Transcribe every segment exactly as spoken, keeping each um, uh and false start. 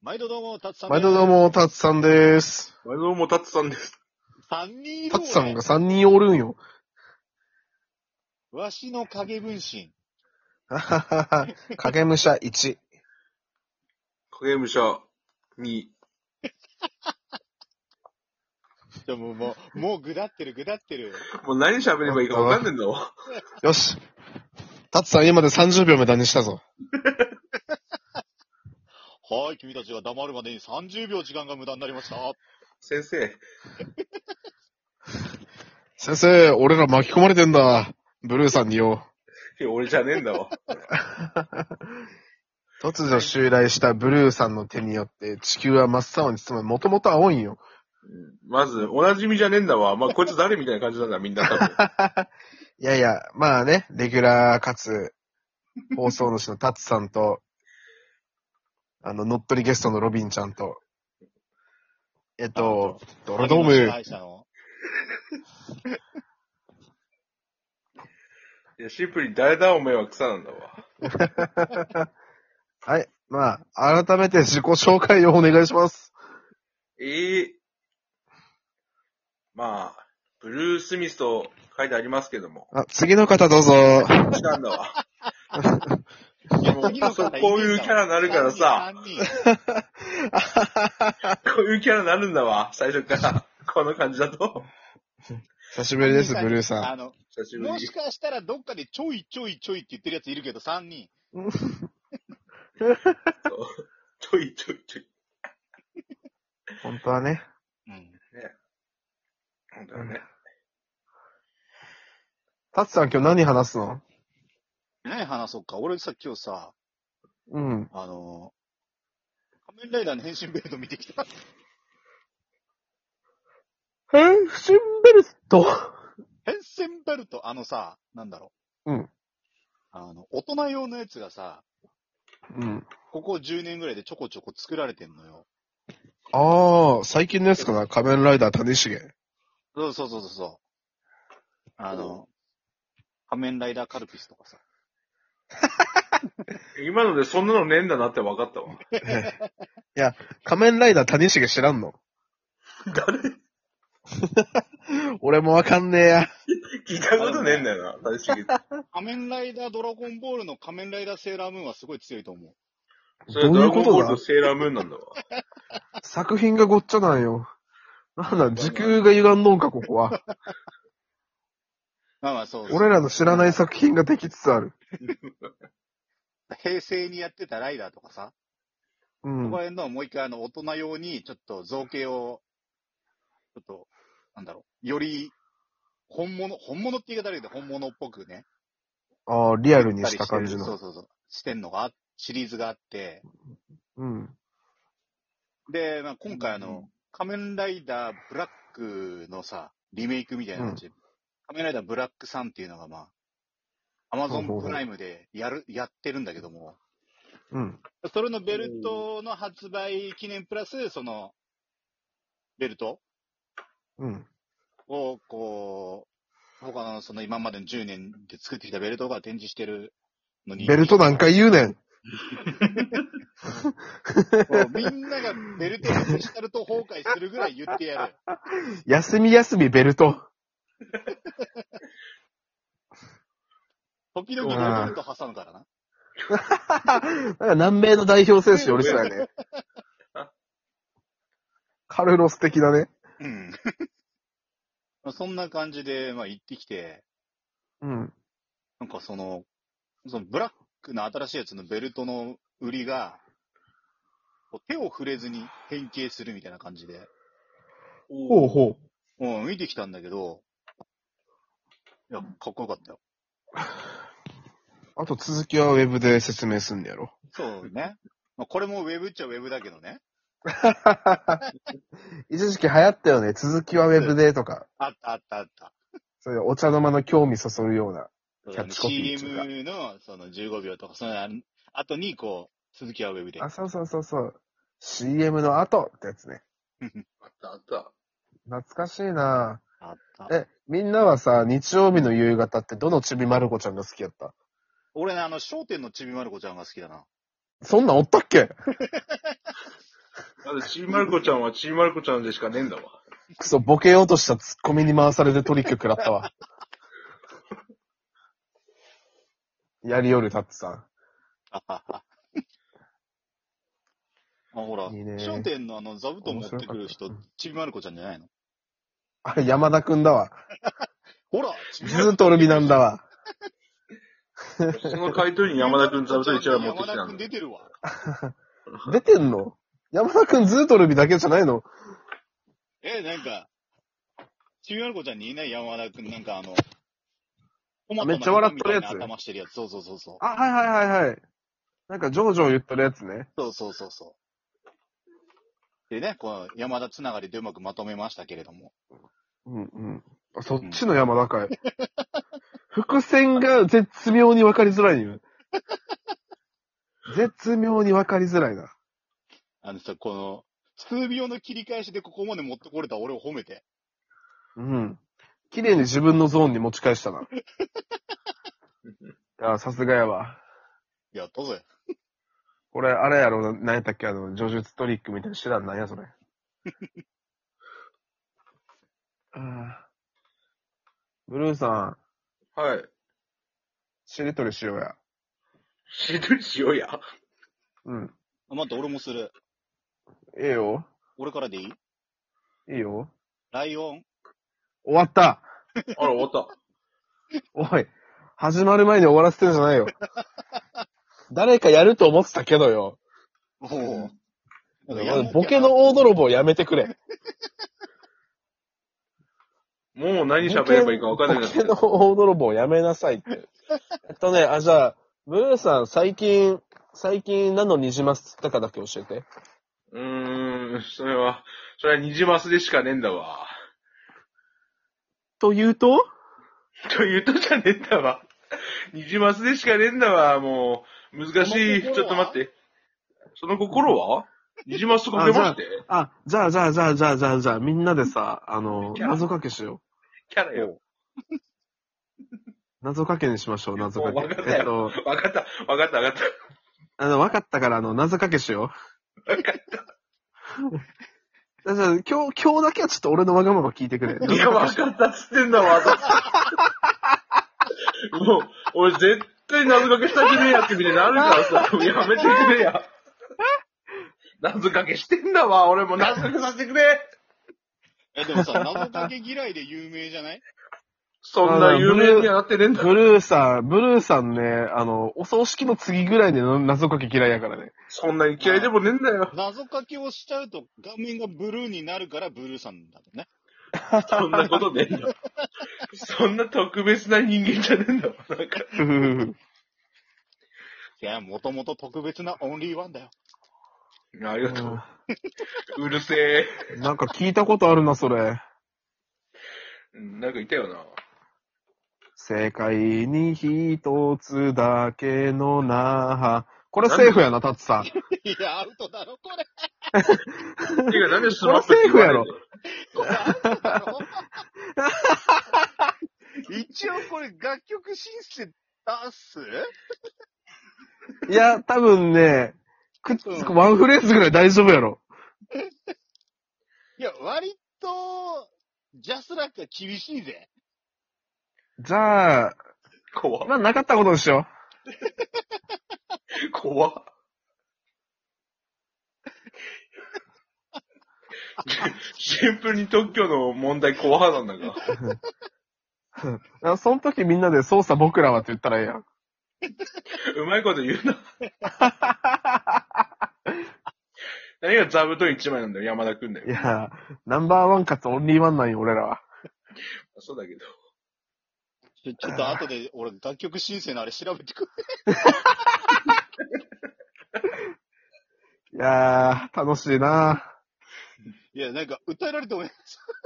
毎度どうも、たつさんです。 毎度どうも、たつさんです。 毎度どうも、たつさんです。 三人いるたつさんが三人おるんよ。 わしの影分身。 はははは。影武者いち。 影武者に。 じゃもう、もう、もうぐだってる、ぐだってる。 もう何喋ればいいかわかんねえんだわ。 よし。たつさん今までさんじゅうびょう無駄にしたぞ。 はい、君たちが黙るまでにさんじゅうびょう時間が無駄になりました。 先生。 先生、俺ら巻き込まれてんだ。ブルーさんによ。 いや、俺じゃねえんだわ。 突如襲来したブルーさんの手によって地球は真っ青に包まれ、もともと青いんよ。 まず、おなじみじゃねえんだわ。まあ、こいつ誰みたいな感じなんだ、みんな多分。 いやいや、まあね、レギュラーかつ、放送主のタツさんと、あの、乗っ取りゲストのロビンちゃんと、えっと、ドラドーム。 いや、シンプルに誰だおめえは草なんだわ。 はい。まあ、改めて自己紹介をお願いします。 ええー、まあ、ブルースミスと書いてありますけども。 あ、次の方どうぞ。 違うんだわ。いやもう、そう、こういうキャラになるからさ。こういうキャラになるんだわ、最初から。この感じだと。 久しぶりです、ブルーさん。 あの、久しぶり。もしかしたらどっかでちょいちょいちょいって言ってるやついるけど、さんにん。 そう。ちょいちょいちょい。 本当はね。 うん。 ね。本当はね。 タツさん今日何話すの？ 何話そうか。俺さ、今日さ、 うん。 あの、仮面ライダーの変身ベルト見てきた。 変身ベルト変身ベルト、あのさ、なんだろう。うん。 あの、大人用のやつがさ、 うん。 ここじゅうねんぐらいでちょこちょこ作られてんのよ。 ああ、最近のやつかな、仮面ライダー谷重。 そうそうそうそう。あの、仮面ライダーカルピスとかさ。 今のでそんなのねえんだなって分かったわ。いや、仮面ライダー谷重知らんの？ 誰？ 俺もわかんねえや。 聞いたことねえんだよな、谷重。 仮面ライダードラゴンボールの仮面ライダーセーラームーンはすごい強いと思う。 それドラゴンボールとセーラームーンなんだわ。 作品がごっちゃなんよ。なんだ、時空が歪んどんか、ここは。 まあまあそう。 俺らの知らない作品ができつつある。 平成にやってたライダーとかさ。 うん。 ここら辺のもう一回あの大人用にちょっと造形を、ちょっと、なんだろう、より本物、本物って言い方だけど本物っぽくね。 ああ、リアルにした感じの。 そうそうそう。してんのが、シリーズがあって。 うん。 で、まあ、今回あの、うん、仮面ライダーブラックのさ、リメイクみたいな感じで、うん、仮面ライダーブラックさんっていうのがまあ、アマゾンプライムでやる、やってるんだけども、 うん。 それのベルトの発売記念プラス、その、ベルトうん。 を、こう、他のその今までのじゅうねんで作ってきたベルトが展示してるのに。 ベルトなんか言うねん。 みんながベルトをデジタルと崩壊するぐらい言ってやる。 休み休みベルト。 時々ベルト挟むからな。 なんか南米の代表選手よりそうやね。カルロス的だね。 うん。そんな感じで、まあ行ってきて。 うん。 なんかその、そのブラックの新しいやつのベルトの売りが、手を触れずに変形するみたいな感じで。 ほうほう。うん、見てきたんだけど、いや、かっこよかったよ。 あと続きはウェブで説明すんねやろ。 そうね。まあ、これもウェブっちゃウェブだけどね。 一時期流行ったよね。続きはウェブでとか。 あったあったあった。 そういうお茶の間の興味そそるようなキャッチコピーとか。 シーエム のそのじゅうごびょうとか、その後にこう、続きはウェブで。 あ、そうそうそうそう。シーエム の後ってやつね。 あったあった。 懐かしいなぁ。 あった。 え、みんなはさ、日曜日の夕方ってどのちびまる子ちゃんが好きやった？ 俺ね、あの、商店のちびまる子ちゃんが好きだな。 そんなんおったっけ？ あと、ちびまる子ちゃんはちびまる子ちゃんでしかねえんだわ。 くそ、ボケようとしたツッコミに回されてトリック食らったわ。やりよる、タッツさん。 あはは。あ、ほら、 いいね商店のあの、座布団持ってくる人面白かった、 ちびまる子ちゃんじゃないの？ あれ、山田くんだわ。 ほら、 ずーっとルビなんだわ。 その回答に山田くん座布団一枚持ってきた山田くんんだ。 出てるわ。 出てんの？山田くんずーっとルビだけじゃないの？ え、なんか、ちびまる子ちゃんにいない山田くん、なんかあの、トマトのめっちゃ笑っとるやつみたいな頭してるやつ。そうそうそうそう。 あ、はいはいはいはい。なんか、ジョージョー言ってるやつね。 そうそうそうそう。でね、この山田つながりでうまくまとめましたけれども。 うんうん。あ、そっちの山田かい。伏線が絶妙に分かりづらいよ。絶妙に分かりづらいな。 あのさ、この、数秒の切り返しでここまで持ってこれた俺を褒めて。 うん。綺麗に自分のゾーンに持ち返したな。いや、さすがやわ。 やったぜ。 これ、あれやろ、何やったっけ、あの、叙述トリックみたいな手段なんや、それ。あーブルーさん、 はい。 しりとりしようや。 しりとりしようや。 うん。 あ、待って、俺もする。 ええよ。 俺からでいい？ いいよ。 ライオン。 終わった。 あら、終わった。 おい、始まる前に終わらせてんじゃないよ。誰かやると思ってたけどよ。 おお。なんかやんなきゃボケの大泥棒やめてくれ。 もう何喋ればいいか分かんなくなってきた。 ボケの大泥棒やめなさいって。えっとね、あ、じゃあ、ブルーさん、最近、最近何のニジマス釣ったかだけ教えて。 うーん、それは、それはニジマスでしかねえんだわ。 というとというとじゃねえんだわ。ニジマスでしかねえんだわ、もう。難しい。 その心はちょっと待って。その心はニジマスとかけましてあ、じゃあ、じゃあ、じゃあ、じゃあ、じゃあ、じゃあ、みんなでさ、あの、 キャラ謎かけしよキャラよ。 う。謎かけにしましょう、謎かもう分かっけ。えったよ。 と、 分かった、分かった、分かっあの、わかったから、あの、謎かけしよた。分かった。 う。じゃあ、今日、今日だけはちょっと俺のわがまま聞いてくれ。 いや、分かったっつってんだわ。もう、俺絶対謎かけしたくねえやってみたいになるからさ、もうやめてくれや。謎かけしてんだわ、俺も謎かけさせてくれ。 え、でもさ、謎かけ嫌いで有名じゃない？ そんな有名にはなってねえんだ。 ブルーさん、ブルーさんね、あの、お葬式の次ぐらいで謎かけ嫌いやからね。 そんなに嫌いでもねえんだよ。 謎かけをしちゃうと画面がブルーになるからブルーさんだもんね。 そんなことねえんだ。そんな特別な人間じゃねえんだわ。なんか。 ふふふいや、もともと特別なオンリーワンだよ。 ありがとう。うるせえ。 ふなんか聞いたことあるな、それ。 うんなんかいたよな。 世界に一つだけの那覇。これセーフやな、タツさん。 いや、アウトだろ、これ。 てか、なんでスマップって言われるの？ これアウトだろ。一応これ楽曲申請出す？ いや、多分ね、くっつく、ワンフレーズぐらい大丈夫やろ。 いや、割と、ジャスラックは厳しいぜ。 じゃあ、 怖っ。 まあ、なかったことにしよ怖っ。シンプルに特許の問題怖なんだが。 う。あその時みんなで操作僕らはって言ったらええやん。 うまいこと言うな。何が座布団一枚なんだよ、山田くんだよ。 いや、ナンバーワンかつオンリーワンなんよ、俺らは。 そうだけど。 ちょ、ちょっと後で俺楽曲申請のあれ調べてくる。 いやー、楽しいな。 いや、なんか歌えられてもね。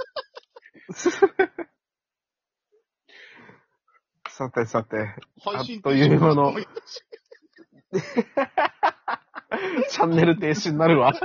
さてさて、あ配信っという間の停止チャンネル停止になるわ。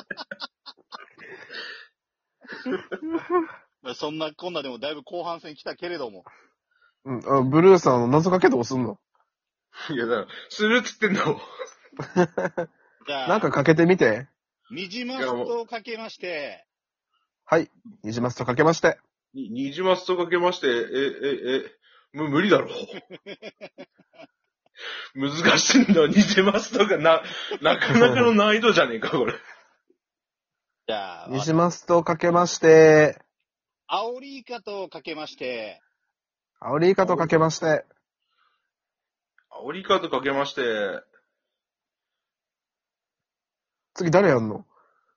そんなこんなでもだいぶ後半戦来たけれども。 うん、あブルーさんの謎かけどうすんの？ いや、だから、するっつってんだもん。 じゃあ、 なんかかけてみて。 ニジマスとかけまして、 はい。ニジマスとかけまして。 に、ニジマスとかけまして、え、え、え、む、無理だろ。難しいんだ、ニジマスとかな、なかなかの難易度じゃねえか、これ。 じゃあ、 ニジマスとかけまして、 アオリイカとかけまして、 アオリイカとかけまして、 アオリイカとかけまして、 次誰やんの？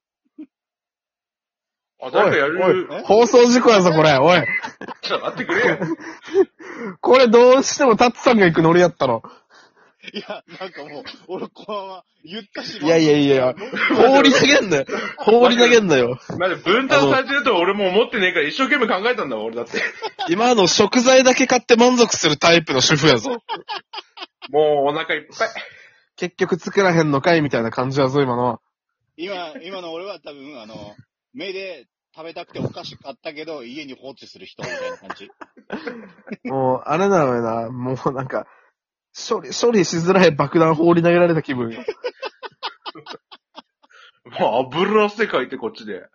あ、誰かやる。 おい、放送事故やぞ、これ、おい。 ちょっと待ってくれよ。 これどうしてもタツさんが行くノリやったの。 いや、なんかもう、俺このまま言ったし。 いやいやいや、放り投げんなよ。放り投げんなよ。 まだ分担されてると俺も思ってねえから一生懸命考えたんだわ、俺だって。 今の食材だけ買って満足するタイプの主婦やぞ。 もうお腹いっぱい。 結局作らへんのかいみたいな感じやぞ、今のは。 今、今の俺は多分、あの、目で食べたくてお菓子買ったけど、家に放置する人みたいな感じ。 もう、あれなのよな。もうなんか、処理、処理しづらい爆弾放り投げられた気分よ。 もう油世界ってこっちで。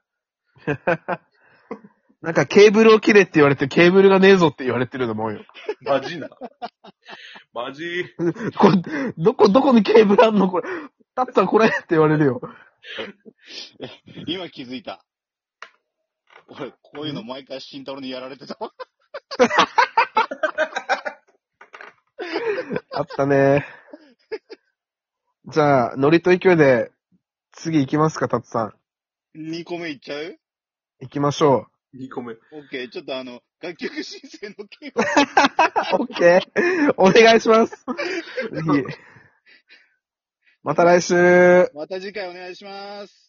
なんかケーブルを切れって言われて、ケーブルがねえぞって言われてるのもんよ。 マジな。マジ。 これ、どこ、どこにケーブルあんのこれ。タッツさんこれって言われるよ。 今気づいた。俺、こういうの毎回慎太郎にやられてたわ。 あったね。じゃあ、ノリと勢いで、次行きますか、タツさん。 にこめいっちゃう？ 行きましょう。にこめ。 オッケー、ちょっとあの、楽曲申請の件を。オッケー。お願いします。ぜひ。また来週。 また次回お願いします。